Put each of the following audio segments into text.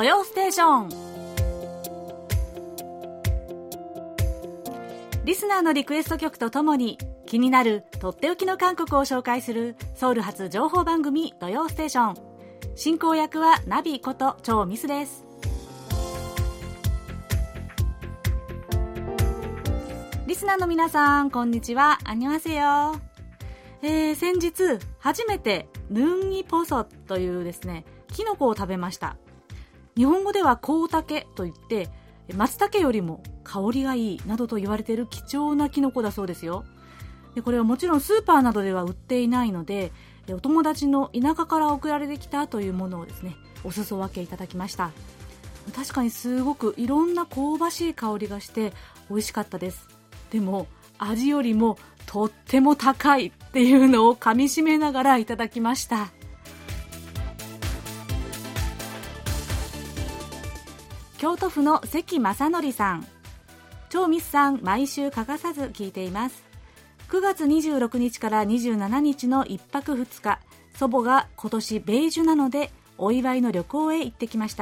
土曜ステーション。リスナーのリクエスト曲とともに気になるとっておきの韓国を紹介するソウル発情報番組土曜ステーション。進行役はナビことチョウミスです。リスナーの皆さん、こんにちは。アンニョンハセヨ。先日初めてヌンギポソというですね、キノコを食べました。日本語ではコウタケといって、松茸よりも香りがいいなどと言われている貴重なキノコだそうですよ。でこれはもちろんスーパーなどでは売っていないので、お友達の田舎から送られてきたというものをですね、お裾分けいただきました。確かにすごくいろんな香ばしい香りがして美味しかったです。でも味よりもとっても高いっていうのを噛み締めながらいただきました。京都府の関正則さん、チョウミスさん、毎週欠かさず聞いています。9月26日から27日の1泊2日、祖母が今年ベージュなのでお祝いの旅行へ行ってきました。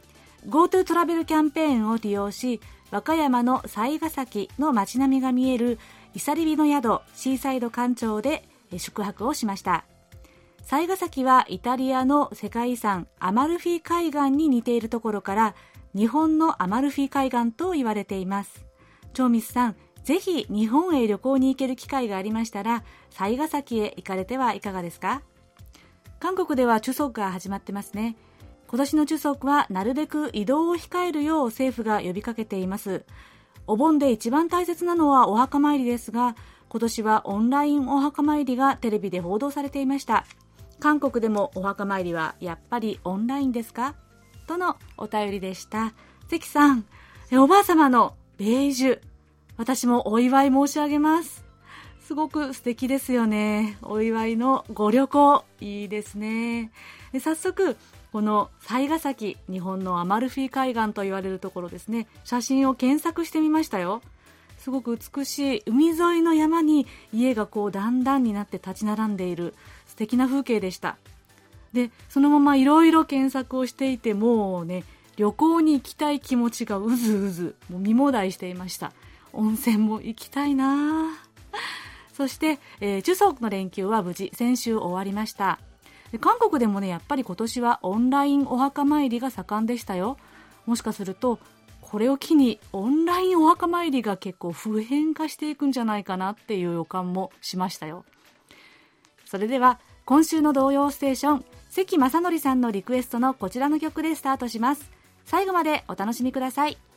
GoTo トラベルキャンペーンを利用し、和歌山の雑賀崎の街並みが見えるいさりびの宿シーサイド館長で宿泊をしました。雑賀崎はイタリアの世界遺産アマルフィ海岸に似ているところから日本のアマルフィ海岸と言われています。チョウミスさん、ぜひ日本へ旅行に行ける機会がありましたら雑賀崎へ行かれてはいかがですか。韓国ではチュソクが始まってますね。今年のチュソクはなるべく移動を控えるよう政府が呼びかけています。お盆で一番大切なのはお墓参りですが、今年はオンラインお墓参りがテレビで報道されていました。韓国でもお墓参りはやっぱりオンラインですかとのお便りでした。関さん、おばあ様のベージュ、私もお祝い申し上げます。すごく素敵ですよね。お祝いのご旅行、いいですね。早速この雑賀崎、日本のアマルフィ海岸と言われるところですね、写真を検索してみましたよ。すごく美しい海沿いの山に家がこう段々になって立ち並んでいる素敵な風景でした。でそのままいろいろ検索をしていて、もうね、旅行に行きたい気持ちがうずうず、もう身もだえしていました。温泉も行きたいな。そして、チュソクの連休は無事先週終わりました。で韓国でもね、やっぱり今年はオンラインお墓参りが盛んでしたよ。もしかするとこれを機にオンラインお墓参りが結構普遍化していくんじゃないかなっていう予感もしましたよ。それでは今週の童謡ステーション、関正則さんのリクエストのこちらの曲でスタートします。最後までお楽しみください。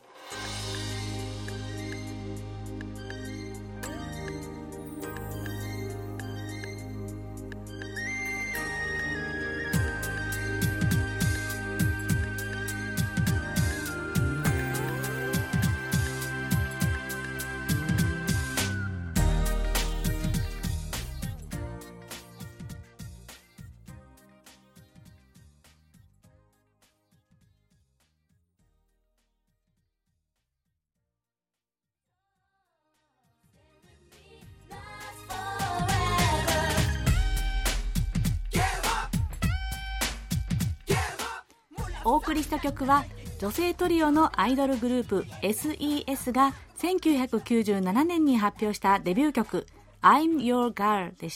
お送りした曲は女性トリオのアイドルグループ SES が1997年に発表したデビュー曲 I'm Your Girl でした。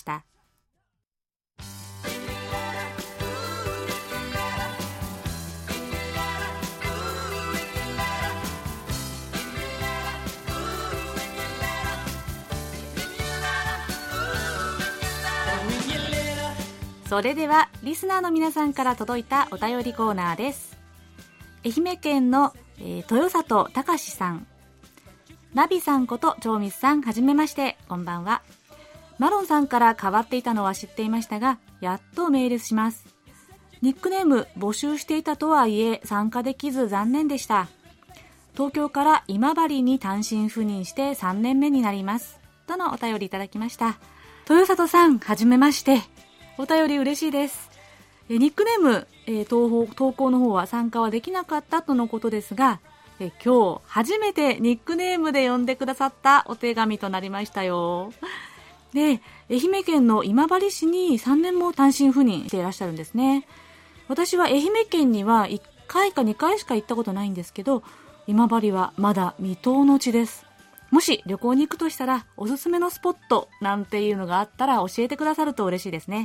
それではリスナーの皆さんから届いたお便りコーナーです。愛媛県の、豊里隆さん、ナビさんことチョウミスさん、はじめまして、こんばんは。マロンさんから変わっていたのは知っていましたが、やっとメールします。ニックネーム募集していたとはいえ参加できず残念でした。東京から今治に単身赴任して3年目になりますとのお便りいただきました。豊里さん、はじめまして。お便り嬉しいです。ニックネーム、投稿の方は参加はできなかったとのことですが、今日初めてニックネームで呼んでくださったお手紙となりましたよ。で、愛媛県の今治市に3年も単身赴任していらっしゃるんですね。私は愛媛県には1 回か2回しか行ったことないんですけど、今治はまだ未踏の地です。もし旅行に行くとしたらおすすめのスポットなんていうのがあったら教えてくださると嬉しいですね。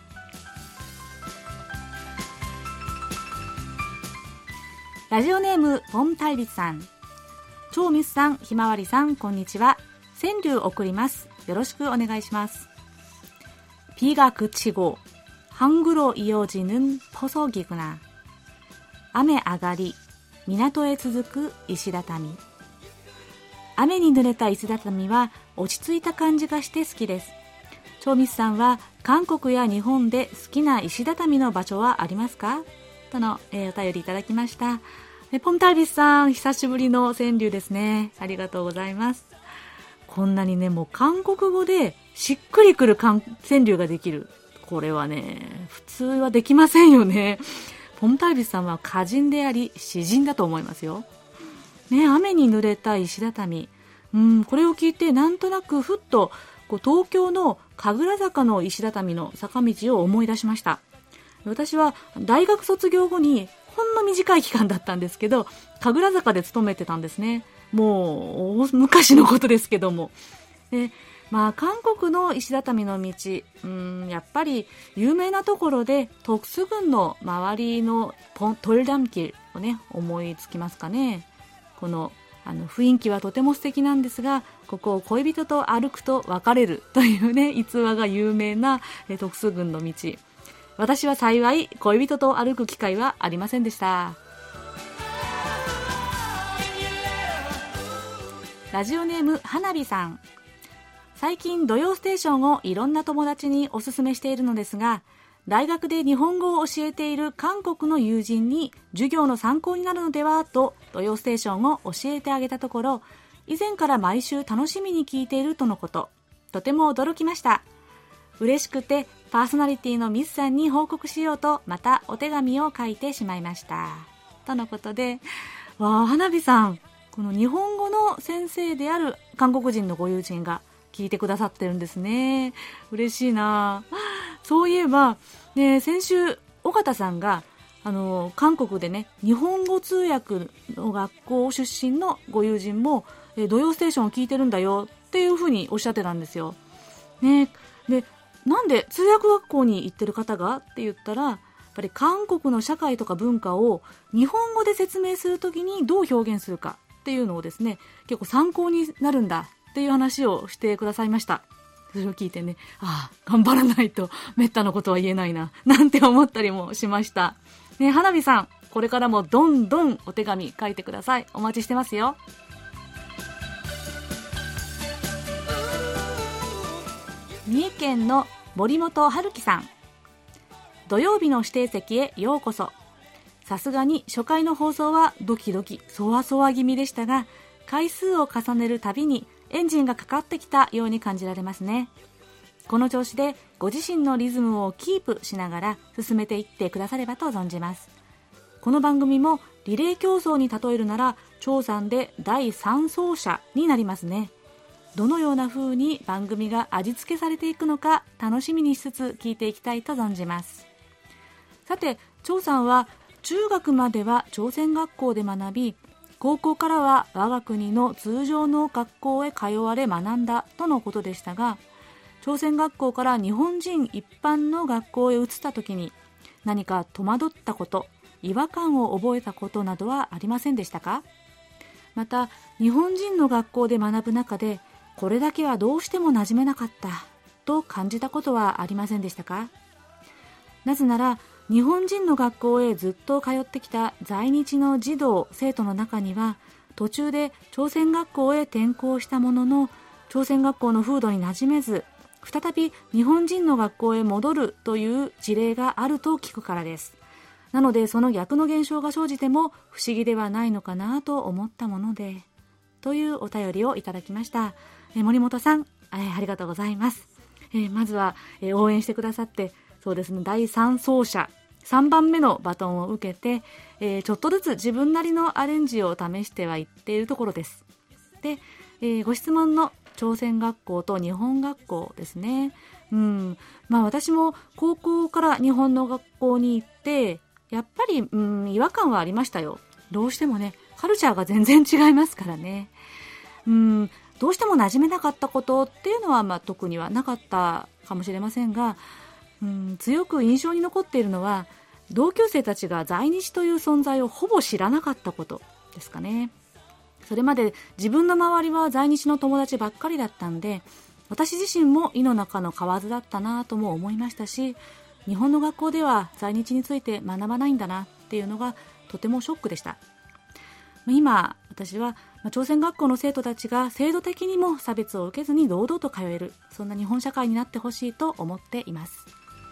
ラジオネームポンタイビツさん、チョウミスさん、ひまわりさん、こんにちは。川柳送ります。よろしくお願いします。비가 그치고 항구로 이어지는 퍼석이구나.雨上がり港へ続く石畳。雨に濡れた石畳は落ち着いた感じがして好きです。チョウミスさんは韓国や日本で好きな石畳の場所はありますかとの、お便りいただきました。ポンタイビスさん、久しぶりの川柳ですね。ありがとうございます。こんなにね、もう韓国語でしっくりくる川柳ができる。これはね、普通はできませんよね。ポンタイビスさんは歌人であり詩人だと思いますよ。ね、雨に濡れた石畳。これを聞いてなんとなくふっと東京の神楽坂の石畳の坂道を思い出しました。私は大学卒業後にほんの短い期間だったんですけど、神楽坂で勤めてたんですね。もう昔のことですけども。で、韓国の石畳の道、やっぱり有名なところで徳須郡の周りの돌담길をね、思いつきますかね。この雰囲気はとても素敵なんですが、ここを恋人と歩くと別れるというね、逸話が有名な徳須郡の道。私は幸い恋人と歩く機会はありませんでした。ラジオネーム花火さん、最近土曜ステーションをいろんな友達におすすめしているのですが、大学で日本語を教えている韓国の友人に授業の参考になるのではと土曜ステーションを教えてあげたところ、以前から毎週楽しみに聞いているとのこと。とても驚きました。嬉しくてパーソナリティのミスさんに報告しようとまたお手紙を書いてしまいましたとのことで、花火さん、この日本語の先生である韓国人のご友人が聞いてくださってるんですね。嬉しいな。そういえば、ね、先週尾形さんが韓国でね、日本語通訳の学校出身のご友人も土曜ステーションを聞いてるんだよっていうふうにおっしゃってたんですよ、ね。で、なんで通訳学校に行ってる方がって言ったら、やっぱり韓国の社会とか文化を日本語で説明するときにどう表現するかっていうのをですね、結構参考になるんだっていう話をしてくださいました。それを聞いてね、頑張らないとめったなことは言えないななんて思ったりもしました、ね。花火さん、これからもどんどんお手紙書いてください。お待ちしてますよ。三重県の森本春樹さん、土曜日の指定席へようこそ。さすがに初回の放送はドキドキそわそわ気味でしたが、回数を重ねるたびにエンジンがかかってきたように感じられますね。この調子でご自身のリズムをキープしながら進めていってくださればと存じます。この番組もリレー競争に例えるなら張さんで第3走者になりますね。どのような風に番組が味付けされていくのか楽しみにしつつ聞いていきたいと存じます。さて、張さんは中学までは朝鮮学校で学び、高校からは我が国の通常の学校へ通われ学んだとのことでしたが、朝鮮学校から日本人一般の学校へ移った時に何か戸惑ったこと、違和感を覚えたことなどはありませんでしたか？また、日本人の学校で学ぶ中でこれだけはどうしても馴染めなかったと感じたことはありませんでしたか？なぜなら、日本人の学校へずっと通ってきた在日の児童生徒の中には、途中で朝鮮学校へ転校したものの朝鮮学校の風土に馴染めず、再び日本人の学校へ戻るという事例があると聞くからです。なので、その逆の現象が生じても不思議ではないのかなと思ったもので、というお便りをいただきました。森本さん、ありがとうございます。まずは、応援してくださって、そうですね、第3走者3番目のバトンを受けて、ちょっとずつ自分なりのアレンジを試してはいっているところです。で、ご質問の朝鮮学校と日本学校ですね。私も高校から日本の学校に行って、 やっぱり違和感はありましたよ。どうしてもね、カルチャーが全然違いますからね。どうしても馴染めなかったことっていうのは、特にはなかったかもしれませんが、強く印象に残っているのは、同級生たちが在日という存在をほぼ知らなかったことですかね。それまで自分の周りは在日の友達ばっかりだったんで、私自身も井の中の蛙だったなとも思いましたし、日本の学校では在日について学ばないんだなっていうのがとてもショックでした。今私は朝鮮学校の生徒たちが制度的にも差別を受けずに堂々と通える、そんな日本社会になってほしいと思っています。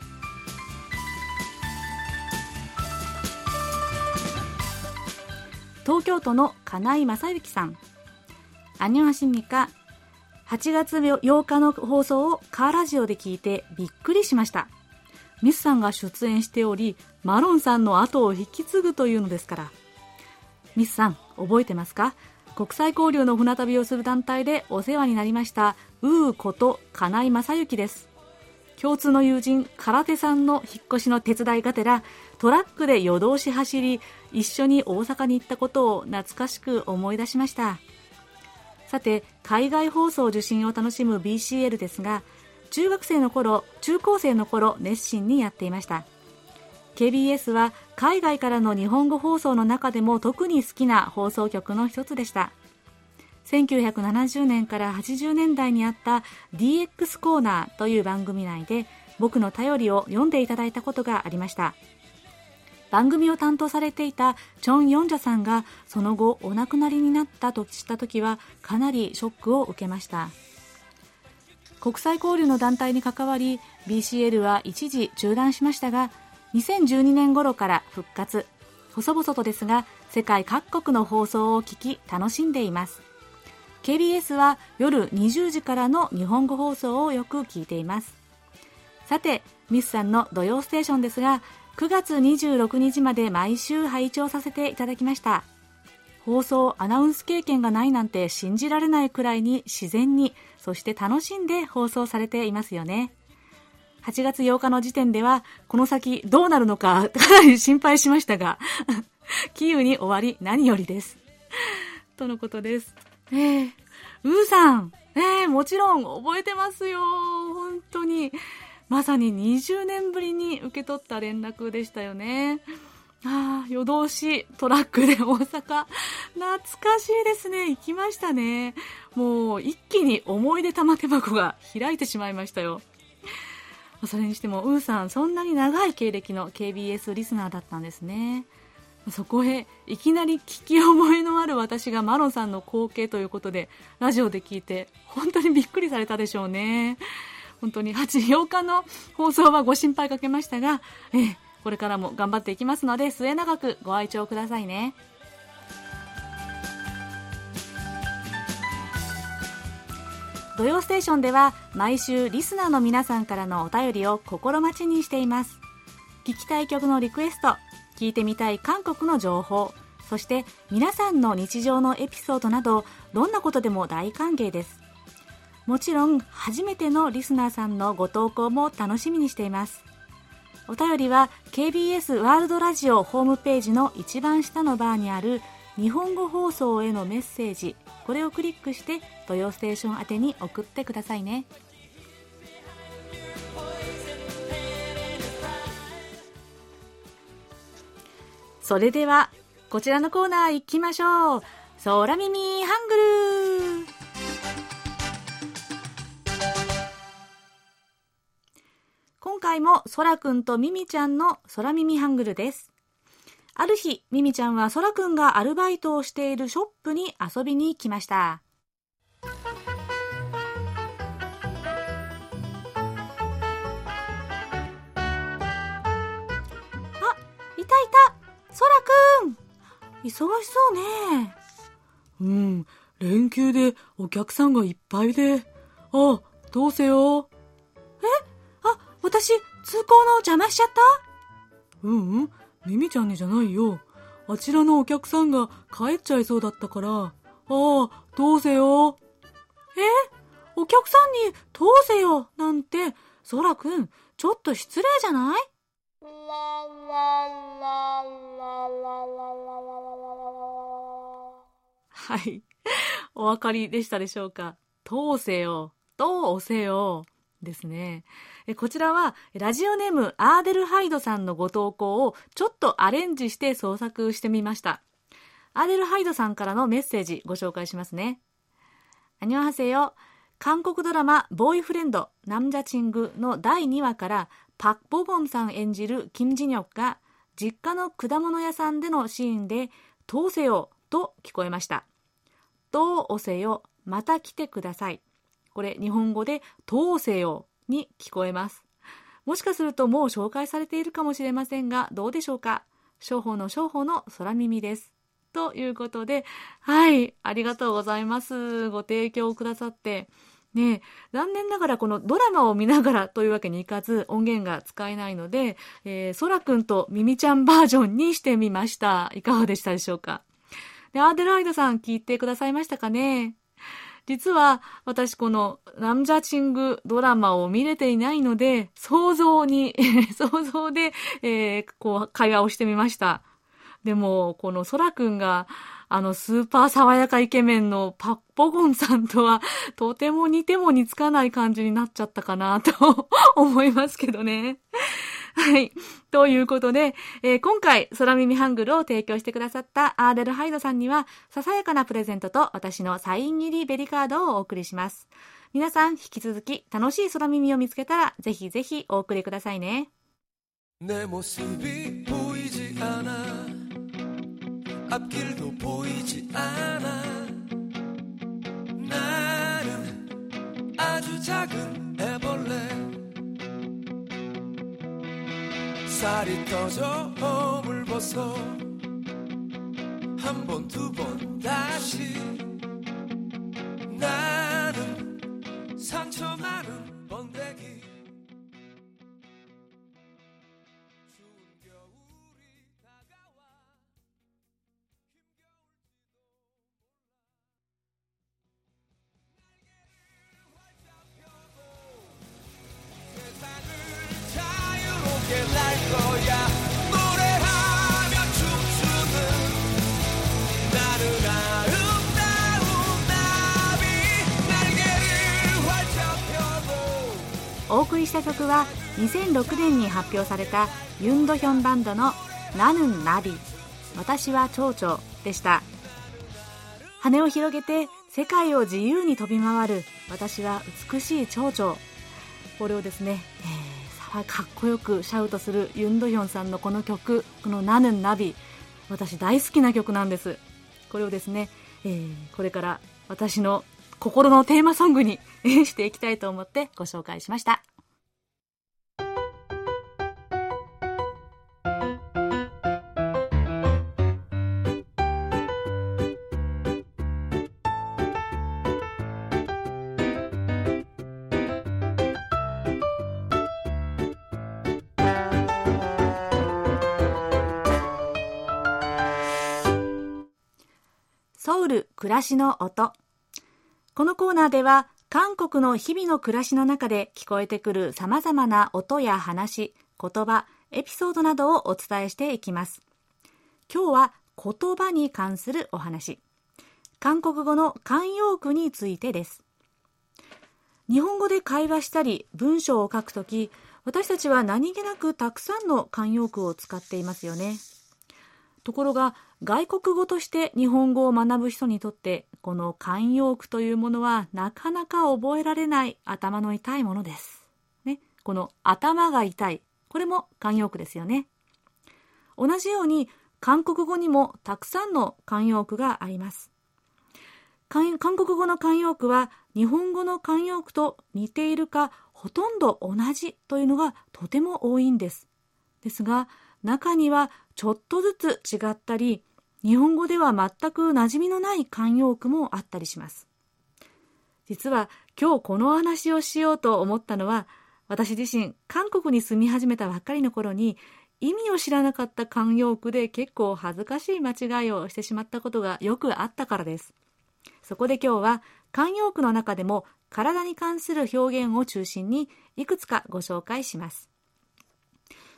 東京都の金井正幸さん、アニョンハシミカ。8月8日の放送をカーラジオで聞いてびっくりしました。ミスさんが出演しており、マロンさんの後を引き継ぐというのですから。ミスさん覚えてますか？国際交流の船旅をする団体でお世話になりましたウーこと金井正幸です。共通の友人空手さんの引っ越しの手伝いがてらトラックで夜通し走り、一緒に大阪に行ったことを懐かしく思い出しました。さて、海外放送受信を楽しむ BCL ですが、中高生の頃熱心にやっていました。KBS は海外からの日本語放送の中でも特に好きな放送局の一つでした。1970年から80年代にあった DX コーナーという番組内で僕の便りを読んでいただいたことがありました。番組を担当されていたチョン・ヨンジャさんがその後お亡くなりになったと知った時はかなりショックを受けました。国際交流の団体に関わり BCL は一時中断しましたが、2012年頃から復活、細々とですが世界各国の放送を聞き楽しんでいます。 KBS は夜20時からの日本語放送をよく聞いています。さて、ミスさんの土曜ステーションですが、9月26日まで毎週拝聴させていただきました。放送アナウンス経験がないなんて信じられないくらいに自然に、そして楽しんで放送されていますよね。8月8日の時点ではこの先どうなるのかかなり心配しましたがキーウに終わり何よりですとのことです。ウーさん、もちろん覚えてますよ。本当にまさに20年ぶりに受け取った連絡でしたよね。夜通しトラックで大阪、懐かしいですね。行きましたね。もう一気に思い出玉手箱が開いてしまいましたよ。それにしてもウーさん、そんなに長い経歴の KBS リスナーだったんですね。そこへいきなり聞き覚えのある私がマロンさんの後継ということでラジオで聞いて本当にびっくりされたでしょうね。本当に8日の放送はご心配かけましたが、これからも頑張っていきますので末永くご愛聴くださいね。土曜ステーションでは毎週リスナーの皆さんからのお便りを心待ちにしています。聞きたい曲のリクエスト、聞いてみたい韓国の情報、そして皆さんの日常のエピソードなどどんなことでも大歓迎です。もちろん初めてのリスナーさんのご投稿も楽しみにしています。お便りは KBS ワールドラジオホームページの一番下のバーにある日本語放送へのメッセージ、これをクリックして土曜ステーション宛てに送ってくださいね。それではこちらのコーナー行きましょう。空耳ハングル。今回もそらくんとみみちゃんの空耳ハングルです。ある日、みみちゃんはそらくんがアルバイトをしているショップに遊びに来ました。いたそらくん、忙しそうね。 連休でお客さんがいっぱいで。どうせよ。 私通行の邪魔しちゃった？ ミミちゃんにじゃないよ。あちらのお客さんが帰っちゃいそうだったから。どうせよ。 お客さんにどうせよなんて、そらくんちょっと失礼じゃない？ はい。お分かりでしたでしょうか。通せよ、と押せよですね。こちらはラジオネームアーデルハイドさんのご投稿をちょっとアレンジして創作してみました。アーデルハイドさんからのメッセージご紹介しますね。안녕하세요。韓国ドラマボーイフレンド남자친구の第2話からパク・ボゴンさん演じるキム・ジニョクが実家の果物屋さんでのシーンで通せよと聞こえました。と押せよ、また来てください。これ日本語で通せよに聞こえます。もしかするともう紹介されているかもしれませんが、どうでしょうか。商法の空耳です。ということで、はい、ありがとうございます。ご提供くださって。ね、残念ながらこのドラマを見ながらというわけにいかず音源が使えないので、そらくんとミミちゃんバージョンにしてみました。いかがでしたでしょうか。で、アーデルハイドさん聞いてくださいましたかね。実は私この남자친구ドラマを見れていないので想像で、こう会話をしてみました。でもこのソラくんがスーパー爽やかイケメンのパッポゴンさんとはとても似ても似つかない感じになっちゃったかなと思いますけどね。はい。ということで、今回空耳ハングルを提供してくださったアーデルハイドさんにはささやかなプレゼントと私のサイン入りベリカードをお送りします。皆さん引き続き楽しい空耳を見つけたらぜひぜひお送りくださいね。 앞길도 보이지 않아 나는 아주 작은 애벌레 살이 떠져 허물 벗어 한 번 두 번 다시 나는 상처 많은 번데기 お送りした曲は2006年に発表されたユンドヒョンバンドのナヌンナビ、私は蝶々でした。羽を広げて世界を自由に飛び回る私は美しい蝶々、これをですね、かっこよくシャウトするユンドヒョンさんのこの曲、このナヌンナビ、私大好きな曲なんです。これをですね、これから私の心のテーマソングにしていきたいと思ってご紹介しました。ソウル暮らしの音。このコーナーでは韓国の日々の暮らしの中で聞こえてくるさまざまな音や話、言葉、エピソードなどをお伝えしていきます。今日は言葉に関するお話。韓国語の慣用句についてです。日本語で会話したり文章を書くとき、私たちは何気なくたくさんの慣用句を使っていますよね。ところが外国語として日本語を学ぶ人にとってこの慣用句というものはなかなか覚えられない頭の痛いものです、ね、この頭が痛い、これも慣用句ですよね。同じように韓国語にもたくさんの慣用句があります。韓国語の慣用句は日本語の慣用句と似ているかほとんど同じというのがとても多いんです。ですが中にはちょっとずつ違ったり、日本語では全く馴染みのない慣用句もあったりします。実は今日この話をしようと思ったのは、私自身韓国に住み始めたばっかりの頃に意味を知らなかった慣用句で結構恥ずかしい間違いをしてしまったことがよくあったからです。そこで今日は慣用句の中でも体に関する表現を中心にいくつかご紹介します。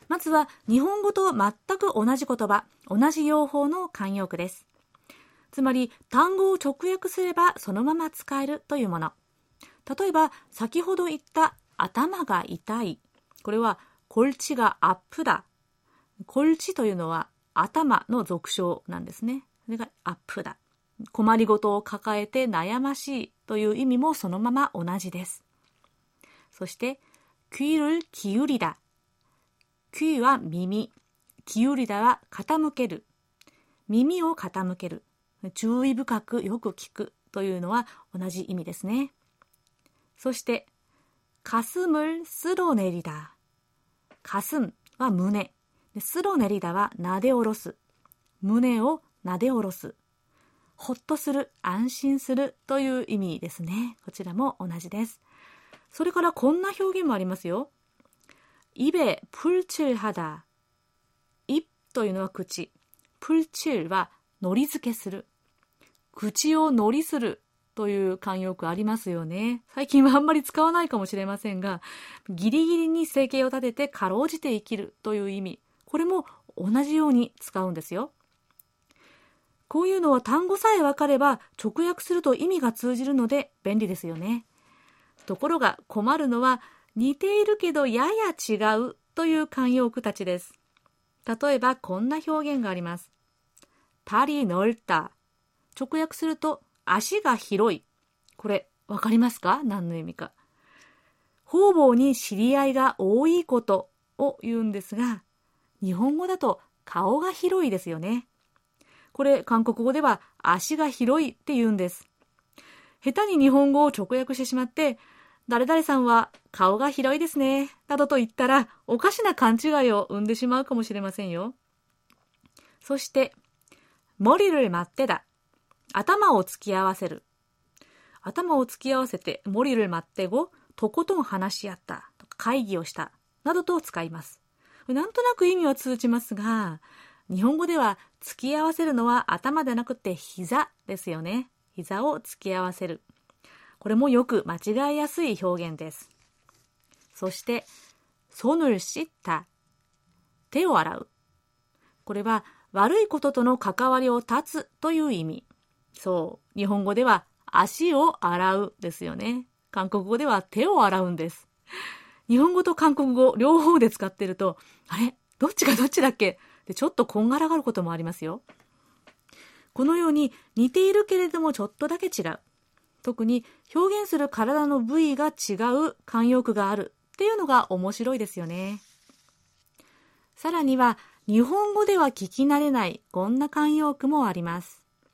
まずは日本語と全く同じ言葉、同じ用法の慣用句です。つまり単語を直訳すればそのまま使えるというもの。例えば先ほど言った頭が痛い。これは골치가 아프다。골치というのは頭の俗称なんですね。それが아프다。困りごとを抱えて悩ましいという意味もそのまま同じです。そして귀를 기울이다。귀は耳、기울이다は傾ける。耳を傾ける。注意深くよく聞くというのは同じ意味ですね。そして가슴을 쓸어내리다。가슴は胸。쓸어내리다はなで下ろす。胸をなで下ろす。ほっとする、安心するという意味ですね。こちらも同じです。それからこんな表現もありますよ。입에 풀칠하다。입というのは口。풀칠はのり付けする。口をのりするという慣用句ありますよね。最近はあんまり使わないかもしれませんが、ギリギリに生計を立ててかろうじて生きるという意味。これも同じように使うんですよ。こういうのは単語さえ分かれば直訳すると意味が通じるので便利ですよね。ところが困るのは似ているけどやや違うという慣用句たちです。例えばこんな表現があります。발이 넓다。直訳すると足が広い。これ分かりますか？何の意味か。方々に知り合いが多いことを言うんですが、日本語だと顔が広いですよね。これ韓国語では足が広いって言うんです。下手に日本語を直訳してしまって、誰々さんは顔が広いですね、などと言ったらおかしな勘違いを生んでしまうかもしれませんよ。そして、머리를 맞대다。頭を突き合わせる。頭を突き合わせて、머리를 맞대고、とことん話し合った、会議をした、などと使います。なんとなく意味は通じますが、日本語では突き合わせるのは頭でなくて膝ですよね。膝を突き合わせる。これもよく間違いやすい表現です。そして、손을 씻다。手を洗う。これは悪いこととの関わりを断つという意味。そう、日本語では足を洗うですよね。韓国語では手を洗うんです。日本語と韓国語両方で使ってると、あれ？どっちがどっちだっけ？でちょっとこんがらがることもありますよ。このように似ているけれどもちょっとだけ違う。特に表現する体の部位が違う慣用句があるっていうのが面白いですよね。さらには日本語では聞き慣れないこんな慣用句もあります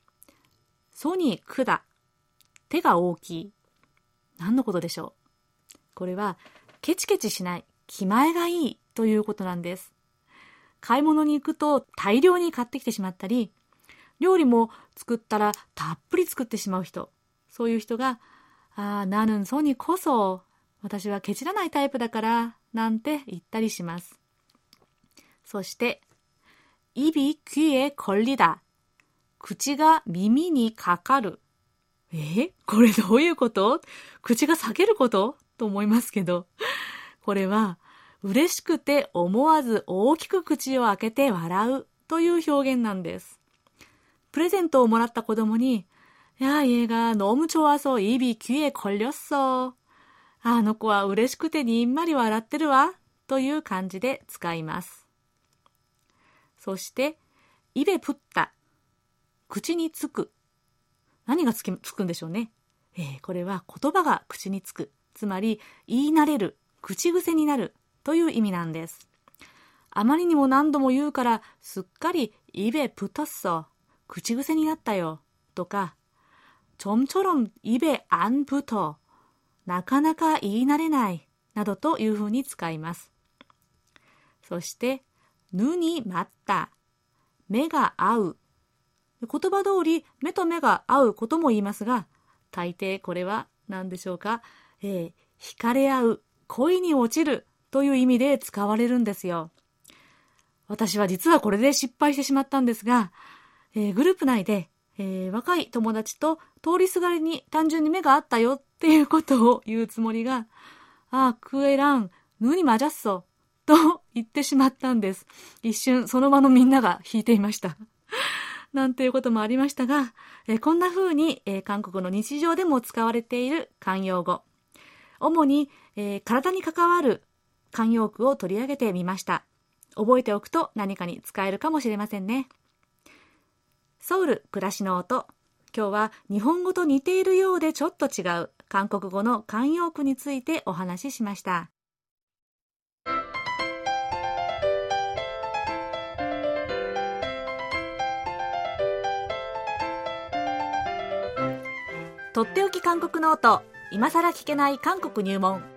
。손이 크다。手が大きい。何のことでしょう。これはケチケチしない、気前がいいということなんです。買い物に行くと大量に買ってきてしまったり、料理も作ったらたっぷり作ってしまう人。そういう人が、나는 손이 커서、私はケチらないタイプだから、なんて言ったりします。そして、입이 귀에 걸리다。口が耳にかかる。これどういうこと？口が裂けることと思いますけど、これは嬉しくて思わず大きく口を開けて笑うという表現なんです。プレゼントをもらった子供に、얘가 너무 좋아서 입이 귀에 걸렸어。あの子は嬉しくてにんまり笑ってるわという感じで使います。そして、입에 붙다。口につく。何がつくんでしょうね。これは言葉が口につく。つまり言い慣れる、口癖になるという意味なんです。あまりにも何度も言うからすっかり입에 붙었어。口癖になったよ。とか、좀처럼 입에 안 붙어。なかなか言い慣れない。などというふうに使います。そして、눈이 맞다。目が合う。言葉通り目と目が合うことも言いますが、大抵これは何でしょうか、惹かれ合う、恋に落ちるという意味で使われるんですよ。私は実はこれで失敗してしまったんですが、グループ内で、若い友達と通りすがりに単純に目が合ったよっていうことを言うつもりが、그애랑 눈이 맞았어と言ってしまったんです。一瞬その場のみんなが引いていましたなんていうこともありましたが、こんな風に、韓国の日常でも使われている慣用語、主に、体に関わる慣用句を取り上げてみました。覚えておくと何かに使えるかもしれませんね。ソウル暮らしの音、今日は日本語と似ているようでちょっと違う韓国語の慣用句についてお話ししました。とっておき韓国ノート、今さら聞けない韓国入門。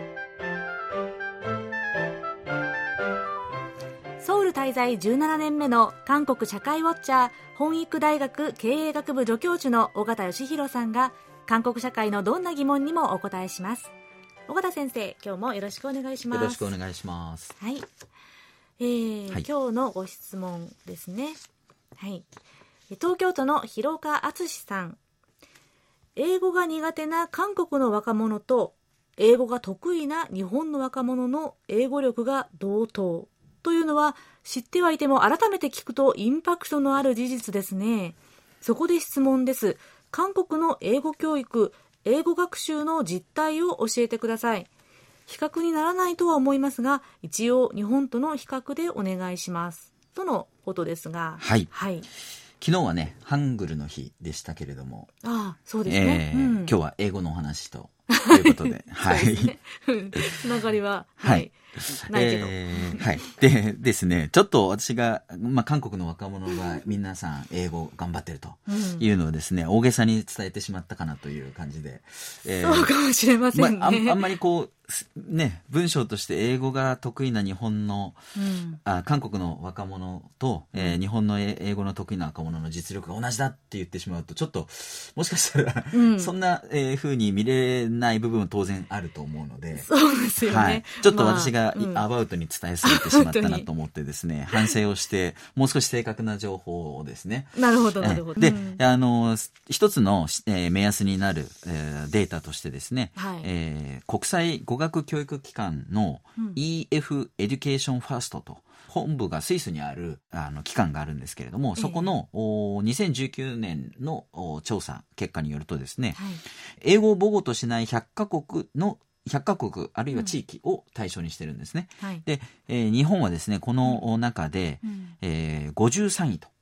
ソウル滞在17年目の韓国社会ウォッチャー、本育大学経営学部助教授の尾形義弘さんが韓国社会のどんな疑問にもお答えします。尾形先生、今日もよろしくお願いします。 よろしくお願いします。 はい。 はい今日のご質問ですね。はい。東京都の広岡敦さん。英語が苦手な韓国の若者と英語が得意な日本の若者の英語力が同等というのは知ってはいても改めて聞くとインパクトのある事実ですね。そこで質問です。韓国の英語教育、英語学習の実態を教えてください。比較にならないとは思いますが、一応日本との比較でお願いしますとのことですが、 はい、 はい、 昨日はねハングルの日でしたけれども、 ああそうですね、 今日は英語のお話ということではいつながりは、はい、ないけど、 はい。でですね、ちょっと私が、韓国の若者が皆さん英語頑張ってるというのをですね、大げさに伝えてしまったかなという感じで、 そうかもしれませんね。 あんまりこうね、文章として英語が得意な日本の、韓国の若者と、日本の英語の得意な若者の実力が同じだって言ってしまうと、ちょっともしかしたら、そんな風に見れない部分も当然あると思うので、 そうですよね。はい、 ちょっと私がアバウトに伝えすぎてしまったなと思ってですね、反省をしてもう少し正確な情報をですね。 なるほどなるほど。 で、一つの、目安になる、データとしてですね、はい、国際語学教育機関の EF エデュケーションファーストと本部がスイスにある機関があるんですけれども、そこの2019年の調査結果によるとですね、はい、英語を母語としない100カ国あるいは地域を対象にしてるんですね、はい、で、日本はですねこの中で、53位と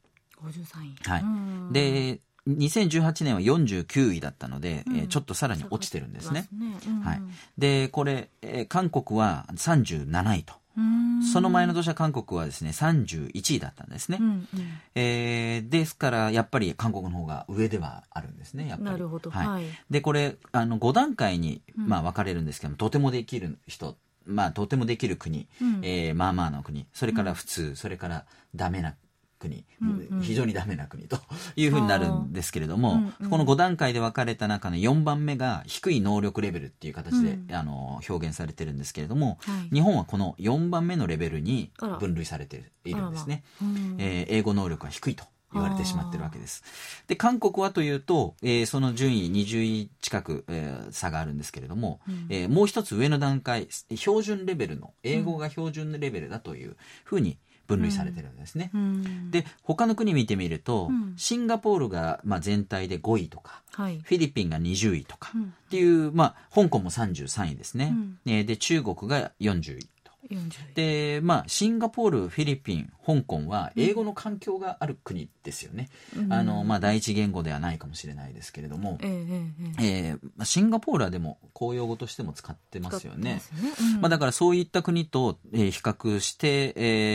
53位、 はい、で2018年は49位だったので、ちょっとさらに落ちてるんですね、はい、でこれ、韓国は37位と、その前の年は韓国はですね31位だったんですね、ですからやっぱり韓国の方が上ではあるんですね、やっぱり。なるほど、はい、でこれ5段階に、分かれるんですけども、とてもできる人、とてもできる国、まあまあの国、それから普通、それからダメな国、非常にダメな国というふうになるんですけれども、この5段階で分かれた中の4番目が低い能力レベルっていう形で、表現されてるんですけれども、日本はこの4番目のレベルに分類されているんですね。英語能力が低いと言われてしまってるわけです。で、韓国はというと、その順位20位近く、差があるんですけれども、もう一つ上の段階、標準レベルの英語が標準レベルだというふうに分類されてるんですね、で他の国見てみると、シンガポールが全体で5位とか、フィリピンが20位とか、っていう、香港も33位ですね、で中国が40位と、でシンガポール、フィリピン、香港は英語の環境がある国ですよね、第一言語ではないかもしれないですけれども、シンガポールはでも公用語としても使ってますよね。だからそういった国と、比較して、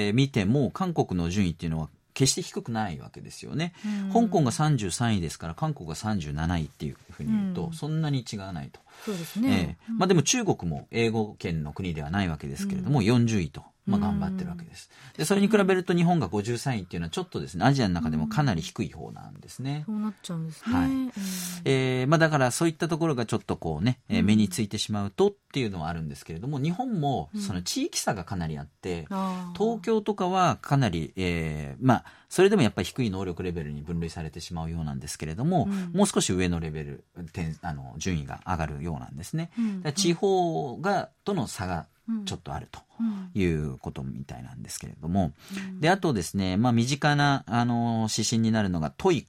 見ても韓国の順位っていうのは決して低くないわけですよね、香港が33位ですから韓国が37位っていうふうに言うと、そんなに違わないと。 そうですね、 でも中国も英語圏の国ではないわけですけれども、40位と、頑張ってるわけです。でそれに比べると日本が53位っていうのはちょっとですね、アジアの中でもかなり低い方なんですね。 そうなっちゃうんですね、 はい、だからそういったところがちょっとこうね、目についてしまうとっていうのはあるんですけれども、日本もその地域差がかなりあって、東京とかはかなり、それでもやっぱり低い能力レベルに分類されてしまうようなんですけれども、もう少し上のレベル順位が上がるようなんですね。地方との差がちょっとあるということみたいなんですけれども、であとですね、身近な指針になるのがTOEIC、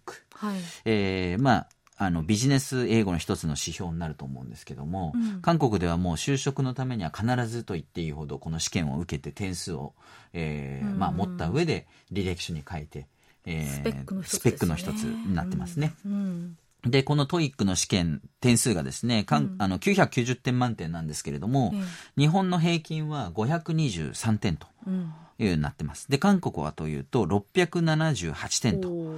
ビジネス英語の一つの指標になると思うんですけども、韓国ではもう就職のためには必ずと言っていいほどこの試験を受けて点数を、持った上で履歴書に書いて、スペックの一つになってますね。で、このTOEICの試験点数がですね、990点満点なんですけれども、日本の平均は523点というようになってます。で、韓国はというと678点と、もう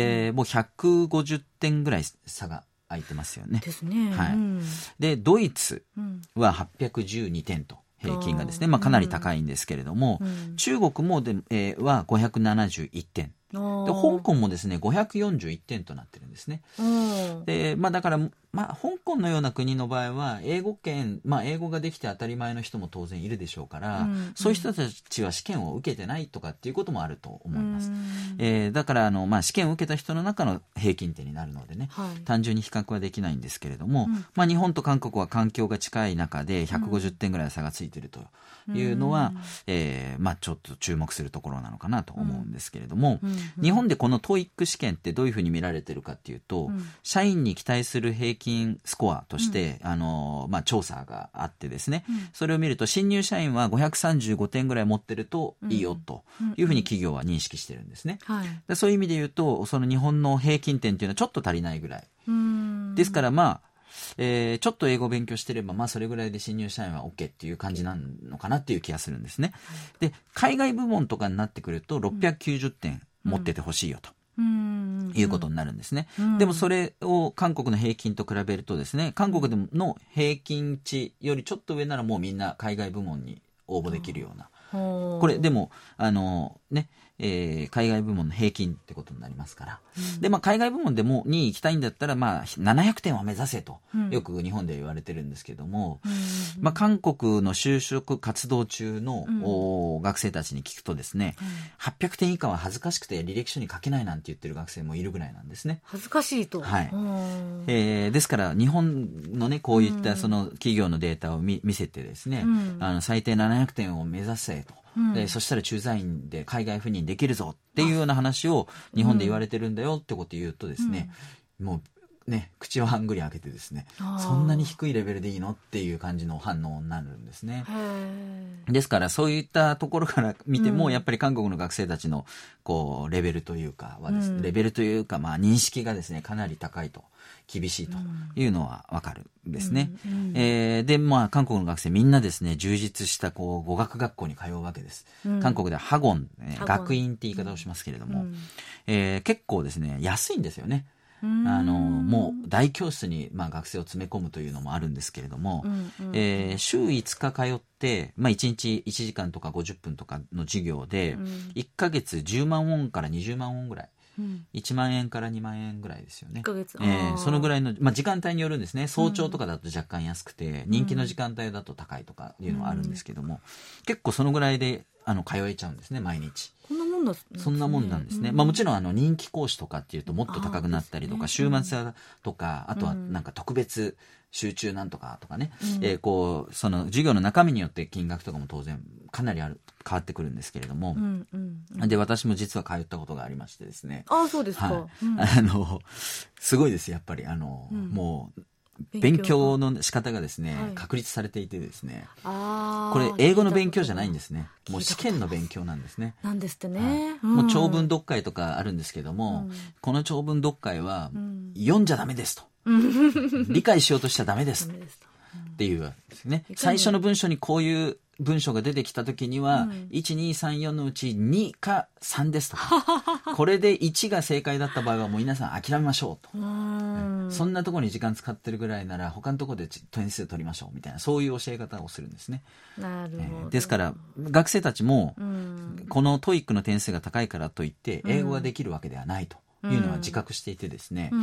150点ぐらい差が空いてますよね。ですね。はい。で、ドイツは812点と。平均がですね、かなり高いんですけれども、中国もは571点。で香港もですね541点となってるんですね。でだから香港のような国の場合は英語圏、英語ができて当たり前の人も当然いるでしょうから、そういう人たちは試験を受けてないとかっていうこともあると思います。だから試験を受けた人の中の平均点になるのでね、単純に比較はできないんですけれども、日本と韓国は環境が近い中で150点ぐらい差がついているというのは、ちょっと注目するところなのかなと思うんですけれども、日本でこの TOEIC 試験ってどういうふうに見られてるかっていうと、社員に期待する平均スコアとして、調査があってですね、それを見ると新入社員は535点ぐらい持ってるといいよというふうに企業は認識してるんですね。でそういう意味で言うとその日本の平均点っていうのはちょっと足りないぐらいですから、ちょっと英語を勉強してれば、それぐらいで新入社員は OK っていう感じなのかなっていう気がするんですね。で海外部門とかになってくると690点持っててほしいよと。いうことになるんですね。でもそれを韓国の平均と比べるとですね、韓国での平均値よりちょっと上ならもうみんな海外部門に応募できるような。これでも海外部門の平均ってことになりますから、で海外部門でもに行きたいんだったら700点は目指せとよく日本で言われてるんですけども、韓国の就職活動中の、学生たちに聞くとですね、800点以下は恥ずかしくて履歴書に書けないなんて言ってる学生もいるぐらいなんですね。 恥ずかしいと。 ですから日本のねこういったその企業のデータを見せてですね、最低700点を目指せと。でそしたら駐在員で海外赴任できるぞっていうような話を日本で言われてるんだよってことを言うとですね、もうね口をはんぐり開けてですね、そんなに低いレベルでいいのっていう感じの反応になるんですね。ですからそういったところから見ても、やっぱり韓国の学生たちのこうレベルというかはですね、レベルというか認識がですねかなり高いと。厳しいというのはわかるんですね。で韓国の学生みんなですね充実した語学学校に通うわけです。韓国ではハゴン、学院って言い方をしますけれども、結構ですね安いんですよね。もう大教室に学生を詰め込むというのもあるんですけれども、週5日通って、1日1時間とか50分とかの授業で、1ヶ月10万ウォンから20万ウォンぐらい。1万円から2万円ぐらいですよね。1ヶ月そのぐらいの、時間帯によるんですね。早朝とかだと若干安くて、人気の時間帯だと高いとかいうのはあるんですけども、結構そのぐらいで通えちゃうんですね毎日。そんなもんなんですね。もちろん人気講師とかっていうともっと高くなったりとか、週末とかあとはなんか特別集中なんとかとかね、その授業の中身によって金額とかも当然かなり変わってくるんですけれども、で私も実は通ったことがありましてですね。 そうですか。 すごいですやっぱりもう勉強の仕方がですね、確立されていてですね、これ英語の勉強じゃないんですね。もう試験の勉強なんですね。 なんですってね。 もう長文読解とかあるんですけども、この長文読解は読んじゃダメですと、理解しようとしちゃダメですっていうわけですね。最初の文章にこういう文章が出てきた時には、1234のうち2か3ですとか、これで1が正解だった場合はもう皆さん諦めましょうと、そんなところに時間使ってるぐらいなら他のところで点数取りましょうみたいな、そういう教え方をするんですね。 なるほど。 ですから学生たちも、このTOEICの点数が高いからといって英語ができるわけではないというのは自覚していてですね、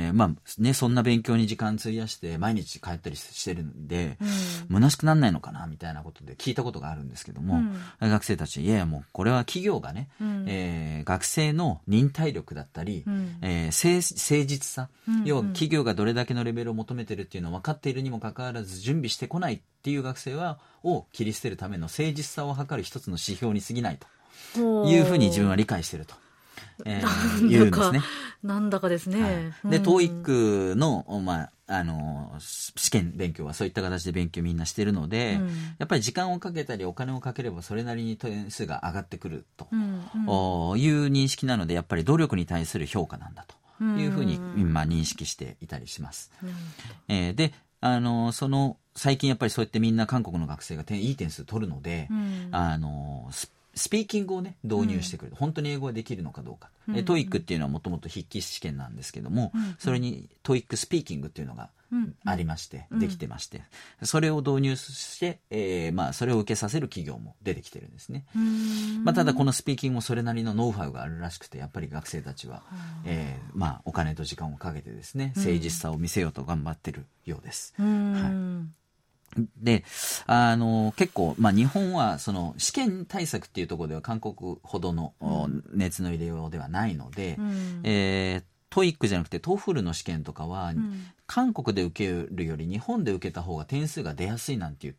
そんな勉強に時間費やして毎日帰ったりしてるんで、虚しくなんないのかなみたいなたいなことで聞いたことがあるんですけども、学生たち、いやいやもうこれは企業がね、学生の忍耐力だったり、誠実さ、要は企業がどれだけのレベルを求めてるっていうのを分かっているにもかかわらず準備してこないっていう学生を切り捨てるための誠実さを測る一つの指標に過ぎないというふうに自分は理解していると。言うんですね。 なんだかですね。 で、TOEIC の、試験勉強はそういった形で勉強みんなしているので、やっぱり時間をかけたりお金をかければそれなりに点数が上がってくるという認識なので、やっぱり努力に対する評価なんだというふうに今認識していたりします。で、最近やっぱりそうやってみんな韓国の学生がいい点数取るので、スピーキングをね導入してくる、本当に英語ができるのかどうか、TOEIC っていうのはもともと筆記試験なんですけども、それに TOEIC スピーキングっていうのがありまして、できてまして、それを導入して、それを受けさせる企業も出てきてるんですね。ただこのスピーキングもそれなりのノウハウがあるらしくて、やっぱり学生たちは、お金と時間をかけてですね、誠実さを見せようと頑張ってるようです。で、結構、日本はその試験対策っていうところでは韓国ほどの熱の入れようではないので、TOEIC じゃなくて TOEFL の試験とかは、韓国で受けるより日本で受けた方が点数が出やすいなんて言って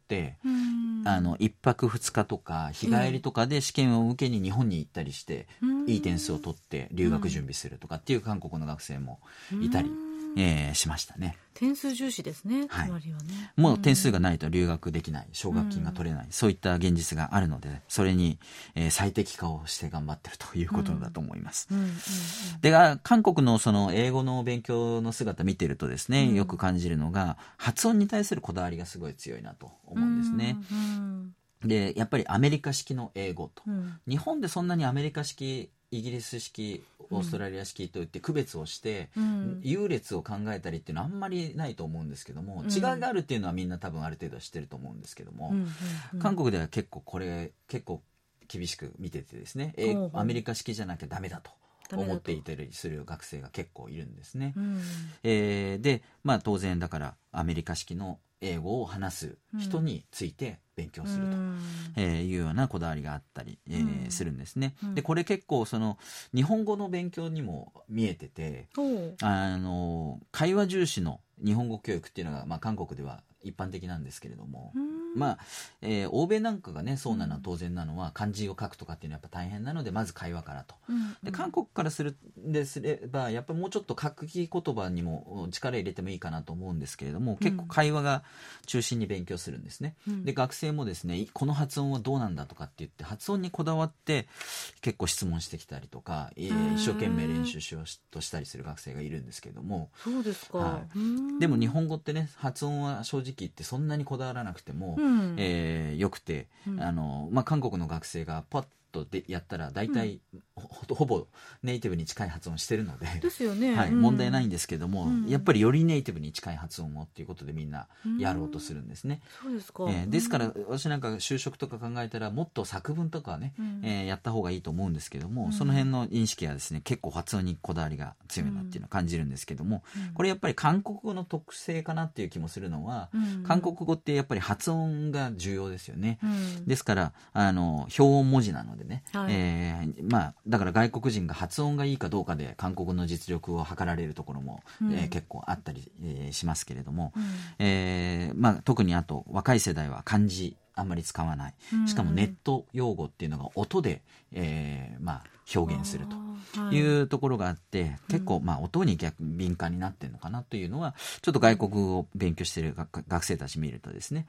、1泊2日とか日帰りとかで試験を受けに日本に行ったりして、いい点数を取って留学準備するとかっていう韓国の学生もいたり、しましたね。 点数重視ですね。つまりはね、 もう点数がないと留学できない、奨学金が取れない、そういった現実があるので、それに、最適化をして頑張ってるということだと思います。で、韓国のその英語の勉強の姿見てるとですね、よく感じるのが発音に対するこだわりがすごい強いなと思うんですね。で、やっぱりアメリカ式の英語と、日本でそんなにアメリカ式、イギリス式、オーストラリア式といって区別をして、優劣を考えたりっていうのはあんまりないと思うんですけども、違いがあるっていうのはみんな多分ある程度は知ってると思うんですけども、韓国では結構厳しく見ててですね、アメリカ式じゃなきゃダメだと思っていたりする学生が結構いるんですね。で、当然だからアメリカ式の英語を話す人について勉強するというようなこだわりがあったりするんですね。で、これ結構その日本語の勉強にも見えてて、会話重視の日本語教育っていうのが、韓国では一般的なんですけれども、欧米なんかがねそうなのは当然なのは、漢字を書くとかっていうのはやっぱ大変なので、まず会話からと。で、韓国からすればやっぱりもうちょっと書き言葉にも力入れてもいいかなと思うんですけれども、結構会話が中心に勉強するんですね。で、学生もですね、この発音はどうなんだとかって言って発音にこだわって結構質問してきたりとか、一生懸命練習しようとしたりする学生がいるんですけれども。 そうですか。 でも日本語ってね、発音は正直言ってそんなにこだわらなくてもよくて、韓国の学生がパッとでやったら大体、ほぼネイティブに近い発音してるので、 ですよね。 問題ないんですけども、やっぱりよりネイティブに近い発音をっていうことでみんなやろうとするんですね。 そうですか。 ですから私なんか就職とか考えたらもっと作文とかね、やった方がいいと思うんですけども、その辺の認識はですね、結構発音にこだわりが強いなっていうのを感じるんですけども、これやっぱり韓国語の特性かなっていう気もするのは、韓国語ってやっぱり発音が重要ですよね。ですから表音文字なのでね、だから外国人が発音がいいかどうかで韓国の実力を測られるところも、結構あったり、しますけれども、特にあと若い世代は漢字あんまり使わない、しかもネット用語っていうのが音で、表現するというところがあって、結構音に敏感になってるのかなというのは、ちょっと外国語を勉強している学生たち見るとですね、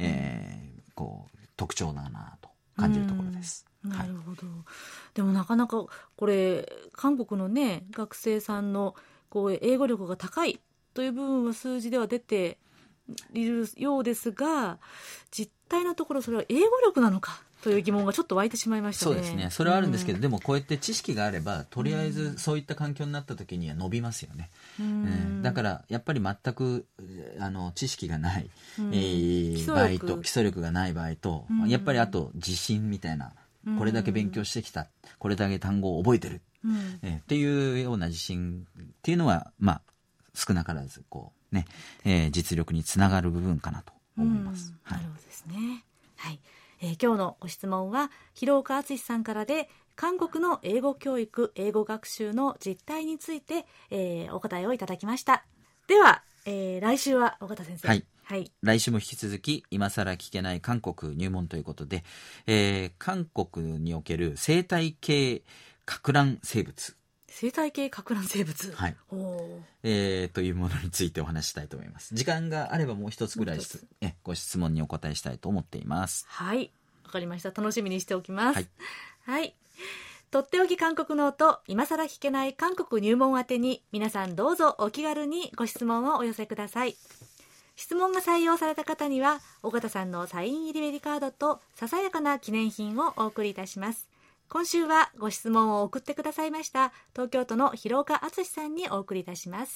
特徴だなと感じるところです。 なるほど。でもなかなかこれ韓国のね学生さんの英語力が高いという部分は数字では出ているようですが、実態のところそれは英語力なのかという疑問がちょっと湧いてしまいましたね。 そうですね、それはあるんですけど、でもこうやって知識があればとりあえずそういった環境になった時には伸びますよね。だからやっぱり全く知識がない、場合と基礎力がない場合と、やっぱりあと自信みたいな、これだけ勉強してきた、これだけ単語を覚えてる、っていうような自信っていうのは少なからず実力につながる部分かなと思います。 なるほどですね。 今日のご質問は広岡敦さんからで、韓国の英語教育、英語学習の実態について、お答えをいただきました。では、来週は尾形先生。 はい。来週も引き続き今更聞けない韓国入門ということで、韓国における生態系撹乱生物、 生態系撹乱生物、 はい、というものについてお話したいと思います。時間があればもう一つぐらいご質問にお答えしたいと思っています。 はい、わかりました。楽しみにしておきます。はい、とっておき韓国ノート、今更聞けない韓国入門宛てに、皆さんどうぞお気軽にご質問をお寄せください。質問が採用された方には尾形さんのサイン入りメリカードとささやかな記念品をお送りいたします。今週はご質問を送ってくださいました東京都の広岡敦さんにお送りいたします。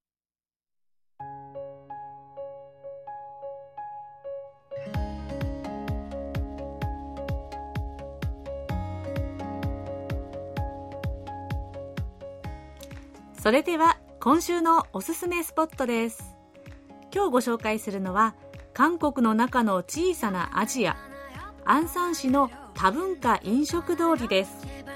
それでは今週のおすすめスポットです。今日ご紹介するのは韓国の中の小さなアジア、アンサン市の多文化飲食通りです。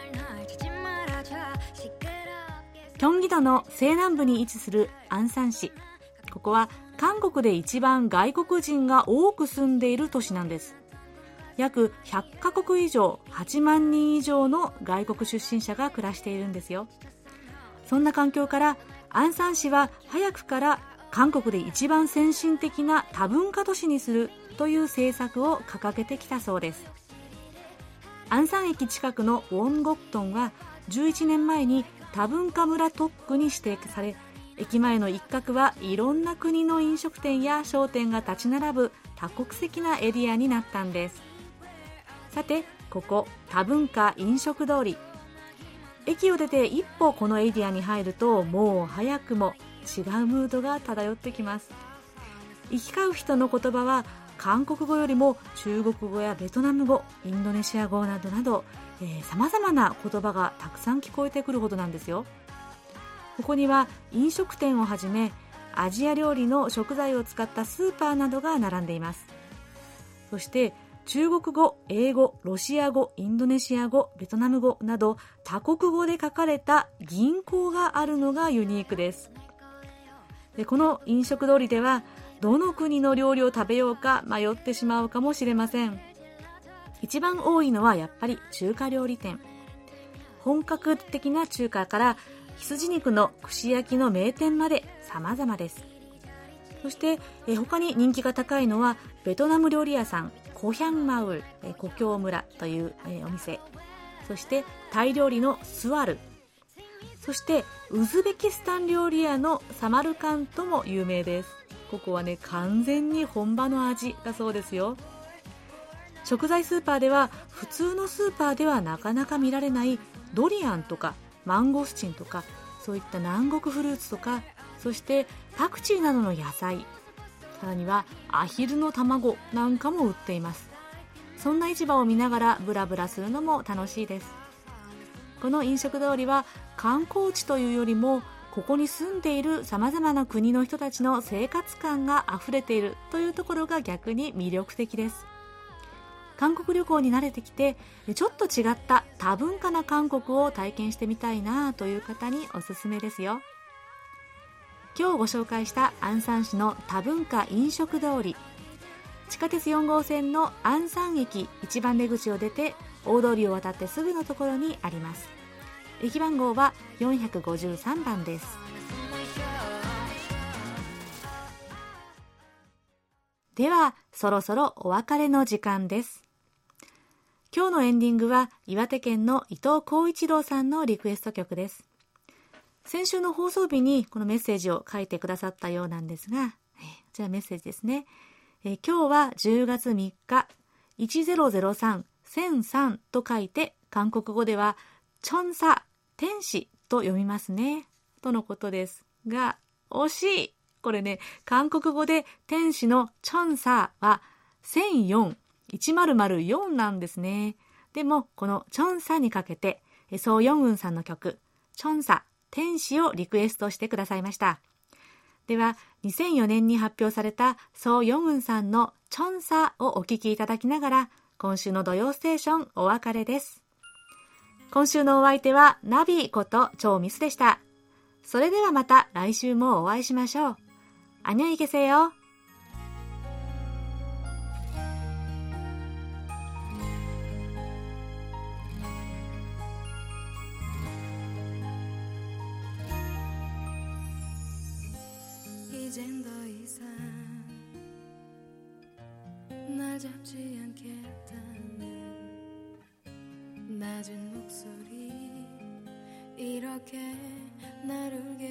キョンギ道の西南部に位置するアンサン市、ここは韓国で一番外国人が多く住んでいる都市なんです。約100カ国以上、8万人以上の外国出身者が暮らしているんですよ。そんな環境からアンサン市は早くから韓国で一番先進的な多文化都市にするという政策を掲げてきたそうです。アンサン駅近くのウォンゴクトンは11年前に多文化村特区に指定され、駅前の一角はいろんな国の飲食店や商店が立ち並ぶ多国籍なエリアになったんです。さて、ここ多文化飲食通り、駅を出て一歩このエリアに入ると、もう早くも違うムードが漂ってきます。行き交う人の言葉は韓国語よりも中国語やベトナム語、インドネシア語などなど、様々な言葉がたくさん聞こえてくるほどなんですよ。ここには飲食店をはじめアジア料理の食材を使ったスーパーなどが並んでいます。そして中国語、英語、ロシア語、インドネシア語、ベトナム語など多国語で書かれた銀行があるのがユニークです。で、この飲食通りではどの国の料理を食べようか迷ってしまうかもしれません。一番多いのはやっぱり中華料理店。本格的な中華から羊肉の串焼きの名店まで様々です。そして他に人気が高いのはベトナム料理屋さんコヒャンマウル、故郷村というお店、そしてタイ料理のスワル、そしてウズベキスタン料理屋のサマルカントも有名です。ここはね、完全に本場の味だそうですよ。食材スーパーでは普通のスーパーではなかなか見られないドリアンとかマンゴスチンとか、そういった南国フルーツとか、そしてパクチーなどの野菜、さらにはアヒルの卵なんかも売っています。そんな市場を見ながらブラブラするのも楽しいです。この飲食通りは観光地というよりも、ここに住んでいる様々な国の人たちの生活感があふれているというところが逆に魅力的です。韓国旅行に慣れてきて、ちょっと違った多文化な韓国を体験してみたいなという方におすすめですよ。今日ご紹介したアンサン市の多文化飲食通り、地下鉄4号線のアンサン駅1番出口を出て大通りを渡ってすぐのところにあります。駅番号は453番です。ではそろそろお別れの時間です。今日のエンディングは岩手県の伊藤浩一郎さんのリクエスト曲です。先週の放送日にこのメッセージを書いてくださったようなんですが、こちらメッセージですね。今日は10月3日、1003-1003と書いて、韓国語ではチョンサ、天使と読みますね、とのことですが、惜しい。これね、韓国語で天使のチョンサは1004、1004なんですね。でもこのチョンサにかけて、ソーヨンウンさんの曲チョンサ、天使をリクエストしてくださいました。では2004年に発表されたソーヨンウンさんのチョンサをお聴きいただきながら、 今週の土曜ステーションお別れです。今週のお相手はナビこと超ミスでした。それではまた来週もお会いしましょう。안녕히 계세요。 이젠 더 이상 날 잡지 않겠다는 낮은 목소리 이렇게 날 울게